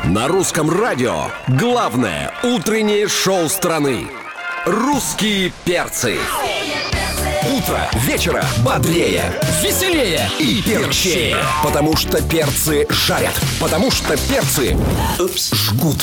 На русском радио главное утреннее шоу страны. «Русские перцы». Утро вечера бодрее, веселее и перчее. Потому что перцы жарят. Потому что перцы жгут.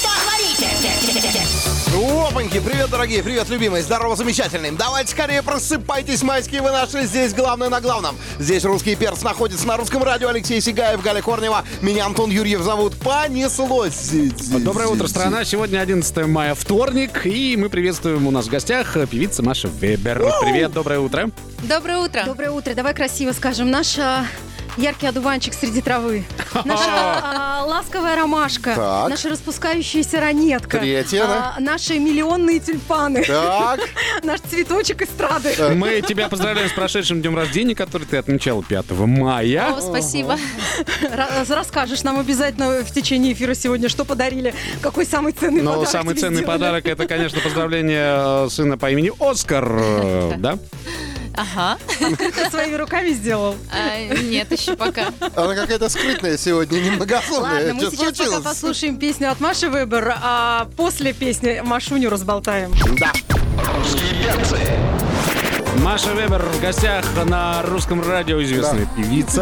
Опаньки, привет, дорогие, привет, любимые, здорово, замечательные. Давайте скорее просыпайтесь, майские вы наши. Здесь главное на главном. Здесь «Русский перц» находится на русском радио. Алексей Сигаев, Галя Корнева. Меня Антон Юрьев зовут. Понеслось. Доброе утро, страна. Сегодня 11 мая, вторник. И мы приветствуем у нас в гостях певица Маша Вебер. Привет, доброе утро. Доброе утро. Доброе утро. Давай красиво скажем. Наша яркий одуванчик среди травы. Наша ласковая ромашка. Так. Наша распускающаяся ранетка. Третья, Наши миллионные тюльпаны. Так. Наш цветочек эстрады. Мы тебя поздравляем с прошедшим днем рождения, который ты отмечала 5 мая. О, спасибо. Расскажешь нам обязательно в течение эфира сегодня, что подарили, какой самый ценный Но подарок самый тебе ценный сделали. подарок — это, конечно, поздравление сына по имени Оскар. Да? Ага. Ты своими руками сделал. Нет, еще пока. Она какая-то скрытная сегодня, немногословная. Ладно, мы Что сейчас пока случилось? послушаем песню от Маши Вебер, а после песни Машуню разболтаем. Да. Маша Вебер в гостях на русском радио, известная певица.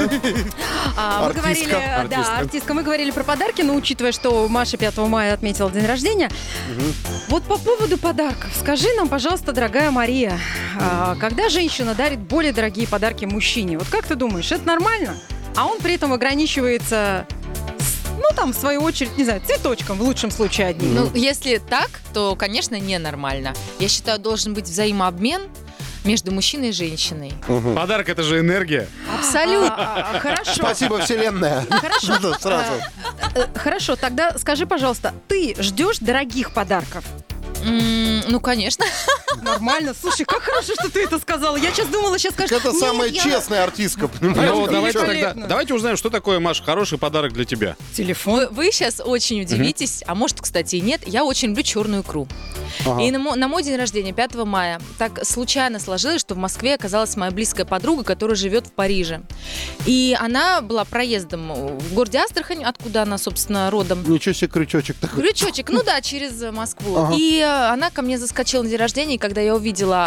Мы Артистка. говорили, Артистка. да, артистка. Мы говорили про подарки, но учитывая, что Маша 5 мая отметила день рождения, вот по поводу подарков, скажи нам, пожалуйста, дорогая Мария, когда женщина дарит более дорогие подарки мужчине, вот как ты думаешь, это нормально? А он при этом ограничивается, в свою очередь, не знаю, цветочком, в лучшем случае одним. Ну, если так, то, конечно, ненормально. Я считаю, должен быть взаимообмен между мужчиной и женщиной. Подарок — это же энергия. Абсолютно. Хорошо. Спасибо, вселенная. Хорошо. Да, сразу. Хорошо, тогда скажи, пожалуйста, ты ждешь дорогих подарков? Ну, конечно. Нормально. Слушай, как хорошо, что ты это сказала. Я сейчас думала, сейчас скажешь... Это «Нет, самая я честная артистка, понимаешь? Ну, давайте великолепно. тогда, давайте узнаем, что такое, Маша, хороший подарок для тебя. Телефон. Вы сейчас очень удивитесь, а может, кстати, и нет. Я очень люблю черную икру. И на мой день рождения, 5 мая, так случайно сложилось, что в Москве оказалась моя близкая подруга, которая живет в Париже. И она была проездом в городе Астрахань, откуда она, собственно, родом. Ничего себе, крючочек такой. Крючочек, ну да, через Москву. Ага. И она ко мне заскочила на день рождения, и когда я увидела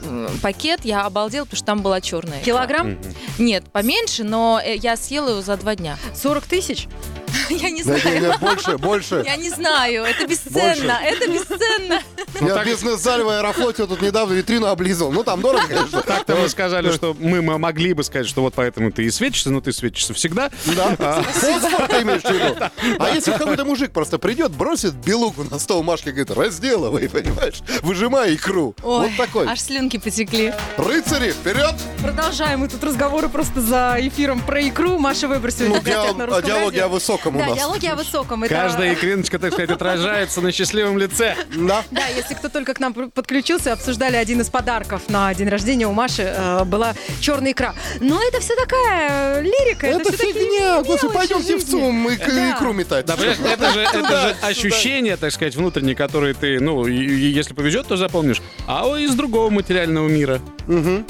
пакет, я обалдела, потому что там была черная икра. Килограмм? Нет, поменьше, но я съела его за 2 дня. 40 тысяч? Я не Да, знаю. нет, больше. Я не знаю, это бесценно, это бесценно. Я так- в бизнес-зале в Аэрофлоте тут недавно витрину облизал. Ну, там дорого, конечно. Так-то мы сказали, что мы могли бы сказать, что вот поэтому ты и светишься, но ты светишься всегда. Да. Фосфор ты имеешь в виду? А если какой-то мужик просто придет, бросит белугу на стол Машке, говорит, разделывай, понимаешь? Выжимай икру. Ой, Вот такой. аж слюнки потекли. Рыцари, вперед! Продолжаем мы тут разговоры просто за эфиром про икру. Маша Вебер сегодня Ну, в гостях на русском диалоги радио. о высоком у Да, нас. диалоги о высоком. Это- Каждая икриночка, так сказать, отражается на счастливом лице. Да. Да, если кто только к нам подключился, обсуждали один из подарков на день рождения у Маши, была черная икра. Но это все такая лирика. Это всё такие фигня. Господи, мелочи пойдемте в жизни. ЦУМ и Да. икру метать. Да, понимаешь, это же Туда. ощущение, так сказать, внутреннее, которое ты, и если повезет, то запомнишь. А из другого материального мира. Ну,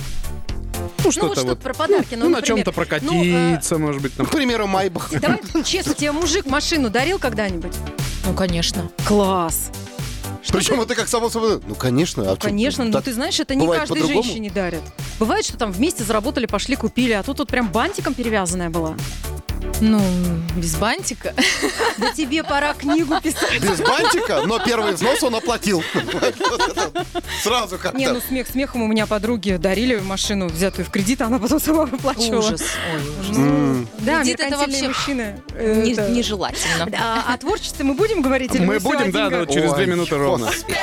Ну, что-то вот что вот. про подарки. Ну, на например, чем-то прокатиться, может быть. К примеру, Майбах. Давай честно, тебе мужик машину дарил когда-нибудь? Ну, конечно. Класс. Причем это как само собой. Ну, конечно. А чё, Конечно, но так ты знаешь, это не бывает каждой по-другому? женщине дарят. Бывает, что там вместе заработали, пошли, купили, а тут вот прям бантиком перевязанная была. Ну, без бантика. Да тебе пора книгу писать. Без бантика, но первый взнос он оплатил. Сразу как-то. Не, ну смех смехом, у меня подруги дарили машину, взятую в кредит, а она потом сама выплачивала. Ужас. Ой, ужас. Да, Кредит — это меркантильные вообще мужчины. Нежелательно. О творчестве мы будем говорить? Или Мы всё о будем, да, деньгах? через 2 Ой, минуты ровно. господи.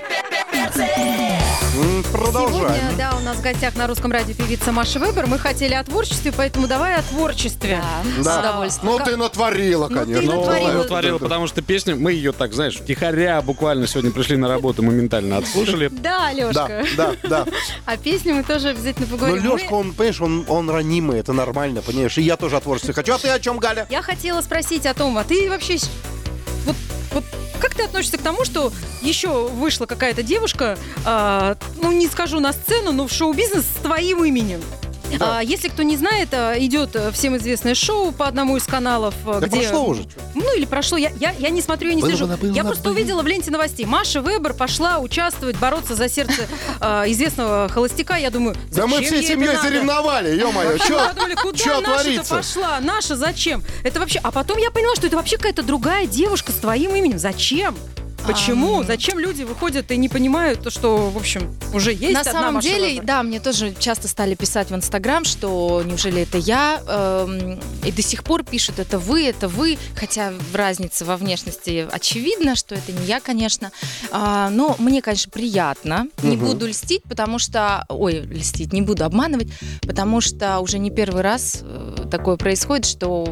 Сегодня, Продолжаем. да, у нас в гостях на русском радио певица Маша Вебер. Мы хотели о творчестве, поэтому давай о творчестве. Да, с Да. удовольствием. Ну, ты натворила, Ну, ты конечно. натворила. Ну, творила, потому что песню, мы ее так, знаешь, втихаря буквально сегодня пришли на работу, моментально отслушали. Да, Лёшка. Да. О песне мы тоже обязательно Но поговорим. Лёшка, он, понимаешь, он ранимый, это нормально, понимаешь? И я тоже о творчестве хочу. А ты о чем, Галя? Я хотела спросить о том, а ты вообще вот как ты относишься к тому, что еще вышла какая-то девушка, ну не скажу на сцену, но в шоу-бизнес с твоим именем? Если кто не знает, идет всем известное шоу по одному из каналов, Да где... прошло уже. Ну, или прошло. Я не смотрю, я не слежу. Я просто было. увидела в ленте новостей. Маша Вебер пошла участвовать, бороться за сердце известного холостяка. Я думаю, Да мы зачем всей ей это семьей надо? соревновали, ё-моё. Вообще, мы подумали, куда Чё Наша-то творится? пошла? Наша зачем? Это вообще... А потом я поняла, что это вообще какая-то другая девушка с твоим именем. Зачем? Почему? Зачем люди выходят и не понимают то, что, в общем, уже есть На одна самом Маша деле, Вебер? да, мне тоже часто стали писать в Инстаграм, что неужели это я, и до сих пор пишут, это вы, хотя разница во внешности очевидна, что это не я, конечно. Но мне, конечно, приятно, не буду льстить, потому что, льстить, не буду обманывать, потому что уже не первый раз такое происходит, что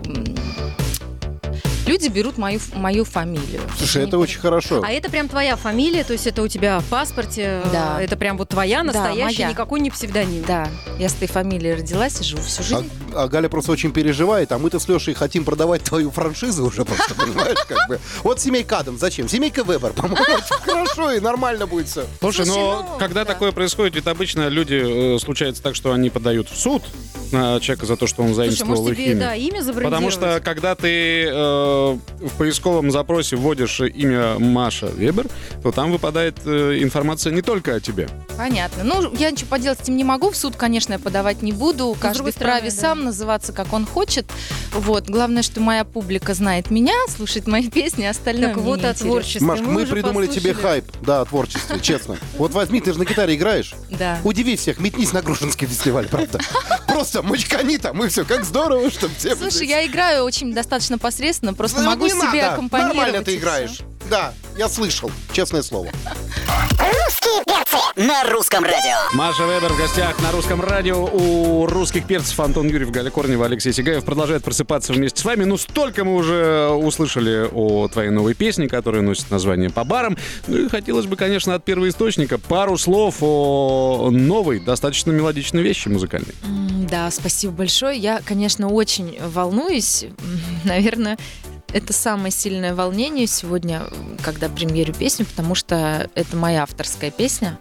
люди берут мою фамилию. Слушай, это очень хорошо. А это прям твоя фамилия, то есть это у тебя в паспорте, Да. это прям вот твоя настоящая, моя. никакой не псевдоним. Да, я с этой фамилией родилась и живу всю жизнь. А Галя просто очень переживает, а мы-то с Лешей хотим продавать твою франшизу уже просто, понимаешь, как бы. Вот семейка Адамс, зачем? Семейка Вебер, по-моему, очень хорошо и нормально будет все. Слушай, Слушай, но ну, когда да. такое происходит, ведь обычно люди, случается так, что они подают в суд на человека за то, что он Слушай, заимствовал может их тебе, имя. имя забрендировать? Потому что, когда ты в поисковом запросе вводишь имя Маша Вебер, то там выпадает информация не только о тебе. Понятно. Ну, я ничего поделать с этим не могу. В суд, конечно, я подавать не буду. Каждый другой вправе стороны, да. сам называться, как он хочет. Вот. Главное, что моя публика знает меня, слушает мои песни, а остальное Так мне вот не о интересно. творчестве. Маш, мы уже придумали тебе послушали. хайп, да, о творчестве, честно. Вот возьми, ты же на гитаре играешь. Да. Удиви всех, метнись на Грушинский фестиваль, правда. Просто мочкани там, и все, как здорово, что все... Слушай, я играю очень достаточно посредственно, просто Ну, могу не себе надо, аккомпанировать. нормально и ты всё. играешь. Да, я слышал, честное слово. Русские перцы на русском радио. Маша Вебер в гостях на русском радио. У русских перцев Антон Юрьев, Галя Корнева, Алексей Сигаев продолжают просыпаться вместе с вами. Ну, столько мы уже услышали о твоей новой песне, которая носит название «По барам». Ну и хотелось бы, конечно, от первоисточника пару слов о новой, достаточно мелодичной вещи музыкальной. Да, спасибо большое. Я, конечно, очень волнуюсь. Наверное, это самое сильное волнение сегодня, когда премьерю песню, потому что это моя авторская песня.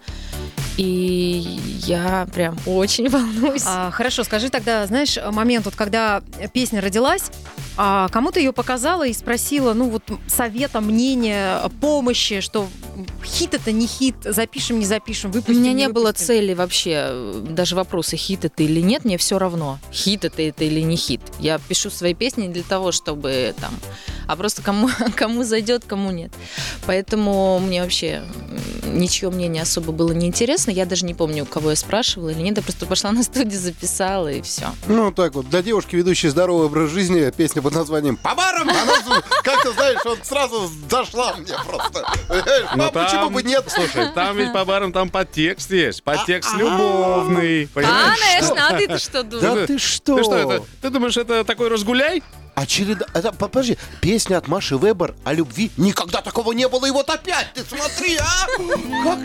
И я прям очень волнуюсь. Хорошо, скажи тогда, знаешь, момент, вот когда песня родилась, кому ты ее показала и спросила, ну вот совета, мнения, помощи, что хит это не хит, запишем, не запишем, У выпустим, меня не было выпустим? цели вообще, даже вопроса, хит это или нет, мне все равно, хит это или не хит. Я пишу свои песни не для того, чтобы там, а просто кому зайдет, кому нет. Поэтому мне вообще ничье мнение особо было не интересно. Я даже не помню, кого я спрашивала или нет. Я просто пошла на студию, записала и все. Ну, так вот, для девушки, ведущей здоровый образ жизни, песня под названием «По барам», она, как-то, знаешь, вот сразу зашла мне просто. Но А почему бы нет? Слушай, там ведь по барам там подтекст есть. Подтекст любовный. Понимаешь? Конечно, а ты-то что думаешь? Да ты что? Ты что это? Ты думаешь, это такой разгуляй? А череда... Подожди, песня от Маши Вебер о любви. Никогда такого не было, и вот опять, ты смотри, а! Как?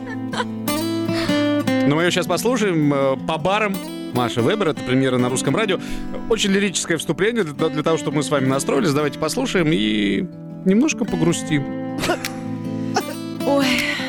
Ну, мы ее сейчас послушаем по барам. Маша Вебер, это премьера на русском радио. Очень лирическое вступление для того, чтобы мы с вами настроились. Давайте послушаем и немножко погрустим. Ой.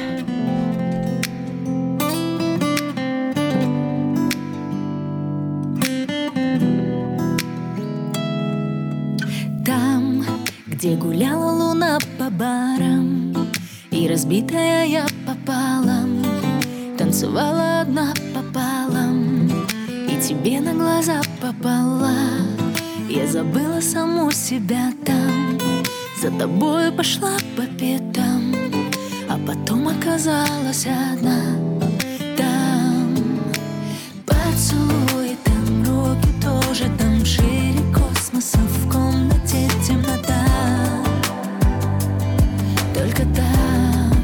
Там, где гуляла луна по барам, и разбитая я пополам, танцевала одна пополам, и тебе на глаза попала. Я забыла саму себя там, за тобой пошла по пятам, а потом оказалась одна. Там поцелуй, там руки тоже, там шире космоса, в комнате темнота. Только там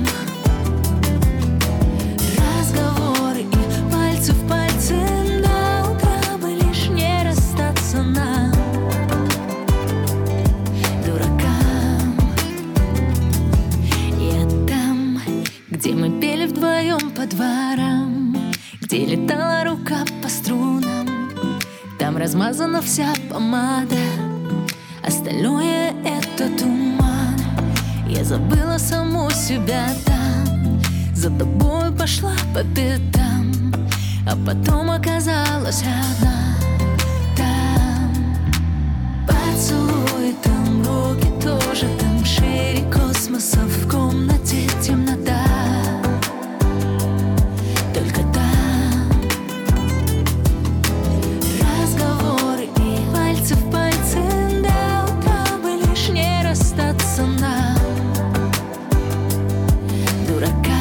разговоры и пальцы в пальцы до утра бы лишь не расстаться нам, дуракам. Я там, где мы пели вдвоем по дворам, где летала рука по струнам, там размазана вся помада, остальное это туман. Я забыла саму себя там, за тобой пошла по пятам, а потом оказалась одна. Там поцелуй, там руки тоже, там шире космоса, в комнате темнота. Только там разговоры и пальцы в пальцы до утра бы лишь не расстаться нам, дуракам.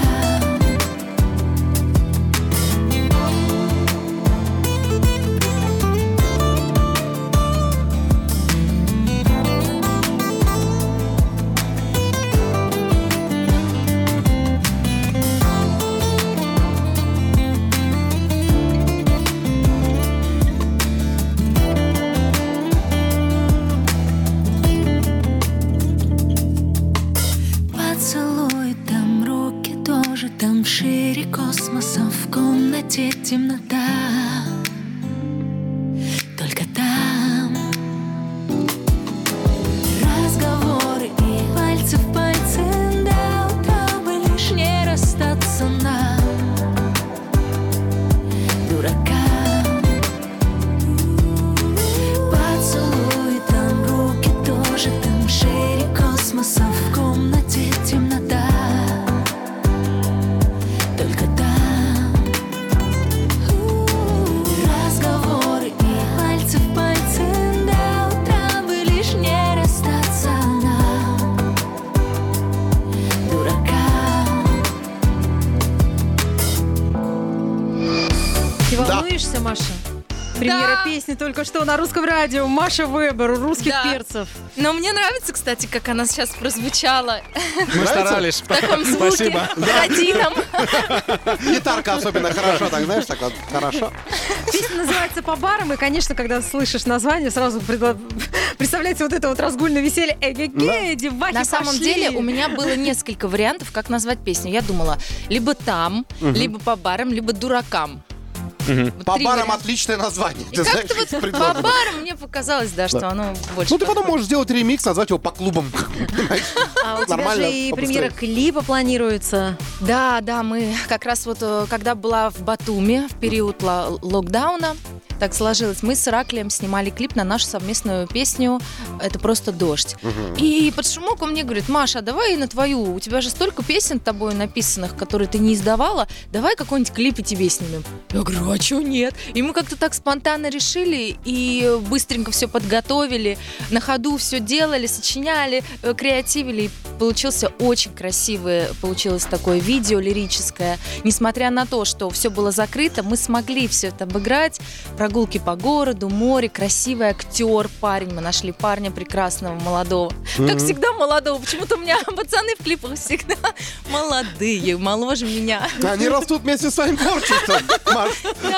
Поцелуй, там руки тоже, там шире космоса, в комнате темнота. Только там разговоры и пальцы в пальцы до утра бы лишь не расстаться нам, дуракам. Поцелуй, там руки тоже, там шире космоса, в комнате темнота. Только там разговоры и пальцы в пальцы до утра бы лишь не расстаться нам, дуракам. Ты волнуешься, Маша? Премьера песни только что на русском радио. Маша Вебер, у русских перцев. Но мне нравится, кстати, как она сейчас прозвучала. Мы старались. В таком звуке, Спасибо. родином. Гитарка особенно хорошо, так знаешь, так вот хорошо. Песня называется «По барам», и, конечно, когда слышишь название, сразу представляется вот это вот разгульное веселье. Эгегей, девахи На самом пошли. деле у меня было несколько вариантов, как назвать песню. Я думала, либо там, либо по барам, либо дуракам. Вот По три барам варианта. отличное название. И Ты знаешь, как-то вот по по предложено. барам мне показалось, да, что оно больше. Ну, ты потом подходит. можешь сделать ремикс, назвать его по клубам. А у тебя Нормально же и обустроить. премьера клипа планируется. Да, мы как раз вот, когда была в Батуми в период локдауна, так сложилось, мы с Ираклием снимали клип на нашу совместную песню «Это просто дождь». И под шумок он мне говорит: Маша, давай на твою, у тебя же столько песен тобой написанных, которые ты не издавала, давай какой-нибудь клип и тебе снимем. Я говорю, а чё нет? И мы как-то так спонтанно решили и быстренько все подготовили, на ходу все делали, сочиняли, креативили. И получился очень красивое, получилось такое видео лирическое. Несмотря на то, что все было закрыто, мы смогли все это обыграть. Прогулки по городу, море, красивый актер, парень. Мы нашли парня прекрасного, молодого. Как всегда молодого. Почему-то у меня пацаны в клипах всегда молодые, моложе меня. Они растут вместе с своим творчеством, Маш.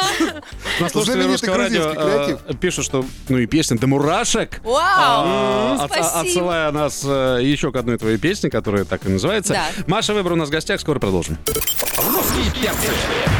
На слушатели Знаменитый русского грузинский радио креатив. пишут, что ну и песня до мурашек. Вау! Спасибо. Отсылая нас еще к одной твоей песне, которая так и называется. Да. Маша Вебер у нас в гостях, скоро продолжим. Русские перцы.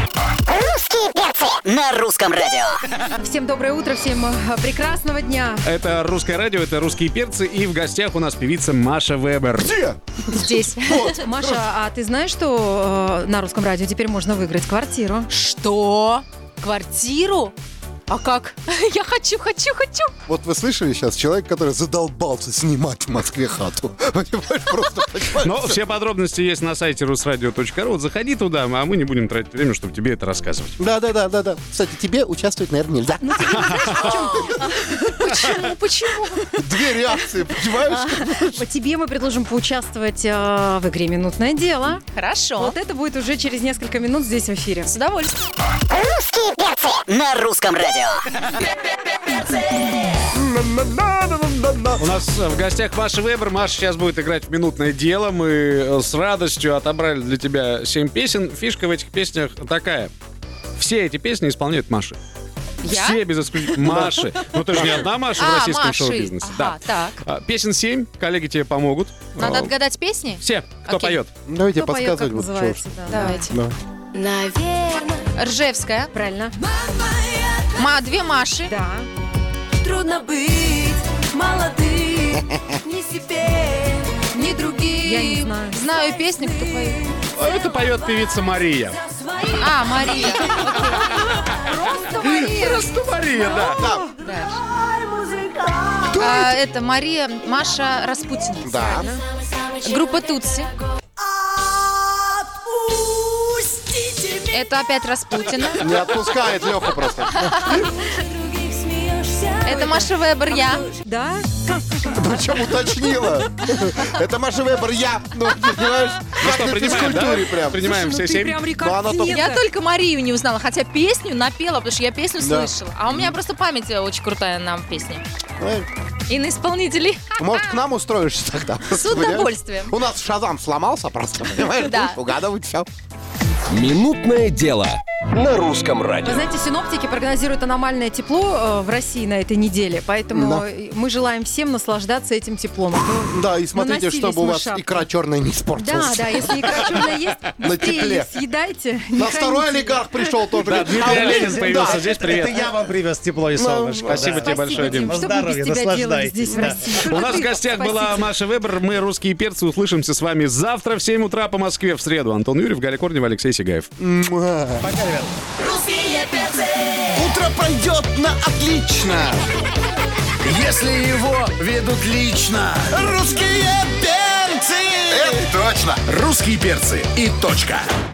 Русские перцы на русском радио. Всем доброе утро, всем прекрасного дня. Это русское радио, это русские перцы, и в гостях у нас певица Маша Вебер. Где? Здесь. Маша, а ты знаешь, что на русском радио теперь можно выиграть квартиру? Что? Квартиру? А как? Я хочу. Вот вы слышали сейчас человек, который задолбался снимать в Москве хату. Понимаешь, просто понимаешь. Но все подробности есть на сайте rusradio.ru. Вот заходи туда, а мы не будем тратить время, чтобы тебе это рассказывать. Да. Кстати, тебе участвовать, наверное, нельзя. Почему? Две реакции, понимаешь? По тебе мы предложим поучаствовать в игре «Минутное дело». Хорошо. Вот это будет уже через несколько минут здесь в эфире. С удовольствием. Русские перцы на русском радио. У нас в гостях Маша Вебер. Маша сейчас будет играть в «Минутное дело». Мы с радостью отобрали для тебя 7 песен. Фишка в этих песнях такая. Все эти песни исполняет Маша. Я? Все без исключения. Маши. Ну ты же не одна Маша в российском Маши. шоу-бизнесе. Ага, так. Песен 7, коллеги тебе помогут. Надо отгадать песни? Все, кто Окей. поет. Давайте Кто поет, как подсказывать. вот называется, что ж. да. Давайте. Да. Наверное, Ржевская. Правильно. Две Маши. Да. трудно быть молодым. Ни себе, ни другим. Я не знаю. Знаю песню, кто поет. Это поет певица Мария. За свое А, Мария. Просто Мария. Просто Мария, да. Да. Это Мария Маша Распутина. Да. Группа Тутси. Это опять Распутина. Не отпускает Леху просто. Это Маша Вебер, я. Да? Причем уточнила. Это Маша Вебер, я. Ну, понимаешь? Ну что, Как на принимаем, физкультуре да? прям. Принимаем все Ты 7. прям она рекордсмен. только- Я только Марию не узнала, хотя песню напела, потому что я песню Да. слышала. А у меня просто память очень крутая на песни. Ой, И на исполнителей. Может, к нам устроишься тогда? С удовольствием. У нас Шазам сломался просто, понимаешь? Да. Будешь угадывать все. Минутное дело на русском Вы радио. знаете, синоптики прогнозируют аномальное тепло в России на этой неделе, поэтому мы желаем всем наслаждаться этим теплом. Да, и смотрите, Наносились чтобы у мы вас шапки. икра черная не Да, испортилась. да, если икра черная есть, На быстрее тепле. ее съедайте. не На второй храните. олигарх пришел тоже. Да, говорит, Дмитрий «А, Оленин появился да, здесь. Привет. Это я вам привез тепло и солнышко. Спасибо да. тебе большое, Дим. Дим. Что бы Здоровья, без тебя делали наслаждайтесь, здесь, в да. России? У нас в Ты гостях была спаситель. Маша Вебер. Мы, русские перцы, услышимся с вами завтра в 7 утра по Москве в среду. Антон Юрьев, Галя Корнева, Алексей Сигаев. Пока, ребят. Утро пройдет на отлично. Если его ведут лично. Русские перцы. Это точно. Русские перцы и точка.